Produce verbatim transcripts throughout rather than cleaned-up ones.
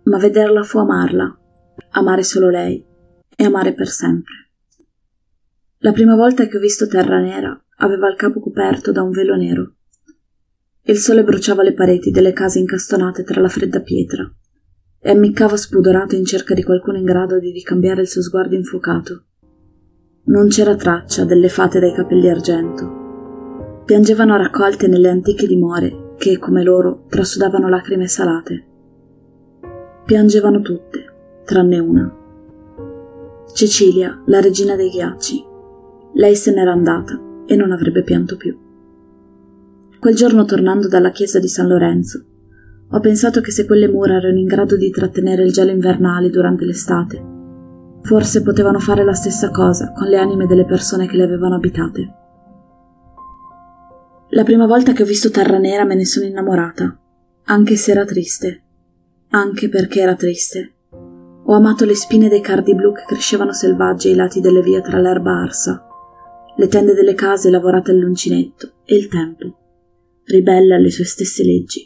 ma vederla fu amarla, amare solo lei e amare per sempre. La prima volta che ho visto Terranera aveva il capo coperto da un velo nero. Il sole bruciava le pareti delle case incastonate tra la fredda pietra e ammiccava spudorato in cerca di qualcuno in grado di ricambiare il suo sguardo infuocato. Non c'era traccia delle fate dai capelli argento. Piangevano raccolte nelle antiche dimore che, come loro, trasudavano lacrime salate. Piangevano tutte, tranne una. Cecilia, la regina dei ghiacci. Lei se n'era andata e non avrebbe pianto più. Quel giorno, tornando dalla chiesa di San Lorenzo, ho pensato che se quelle mura erano in grado di trattenere il gelo invernale durante l'estate, forse potevano fare la stessa cosa con le anime delle persone che le avevano abitate. La prima volta che ho visto Terranera me ne sono innamorata, anche se era triste, anche perché era triste. Ho amato le spine dei cardi blu che crescevano selvaggi ai lati delle vie tra l'erba arsa, le tende delle case lavorate all'uncinetto e il tempo, ribelle alle sue stesse leggi.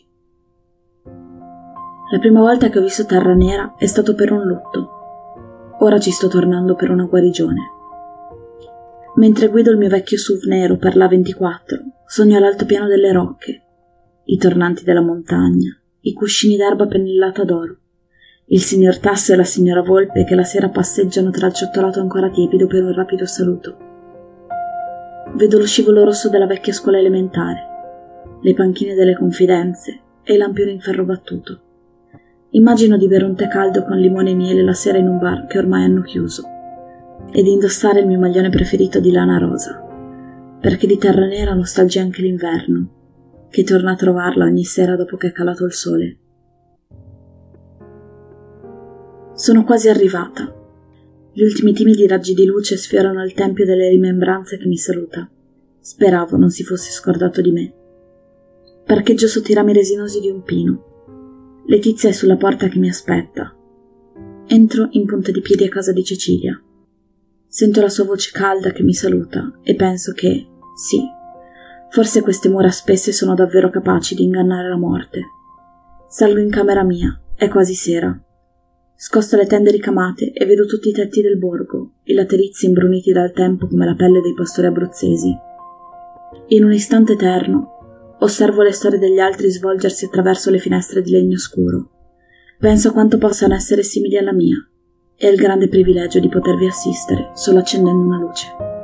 La prima volta che ho visto Terranera è stato per un lutto. Ora ci sto tornando per una guarigione. Mentre guido il mio vecchio S U V nero per l'A ventiquattro, sogno l'altopiano delle rocche, i tornanti della montagna, i cuscini d'erba pennellata d'oro, il signor Tasso e la signora Volpe che la sera passeggiano tra il ciottolato ancora tiepido per un rapido saluto. Vedo lo scivolo rosso della vecchia scuola elementare, le panchine delle confidenze e i lampioni in ferro battuto. Immagino di bere un tè caldo con limone e miele la sera in un bar che ormai hanno chiuso e di indossare il mio maglione preferito di lana rosa, perché di Terranera nostalgia anche l'inverno, che torna a trovarla ogni sera dopo che è calato il sole. Sono quasi arrivata. Gli ultimi timidi raggi di luce sfiorano il tempio delle rimembranze che mi saluta. Speravo non si fosse scordato di me. Parcheggio sotto i rami resinosi di un pino. Letizia è sulla porta che mi aspetta. Entro in punta di piedi a casa di Cecilia. Sento la sua voce calda che mi saluta e penso che, sì, forse queste mura spesse sono davvero capaci di ingannare la morte. Salgo in camera mia, è quasi sera. Scosto le tende ricamate e vedo tutti i tetti del borgo, i laterizi imbruniti dal tempo come la pelle dei pastori abruzzesi. In un istante eterno osservo le storie degli altri svolgersi attraverso le finestre di legno scuro. Penso a quanto possano essere simili alla mia e al grande privilegio di potervi assistere solo accendendo una luce.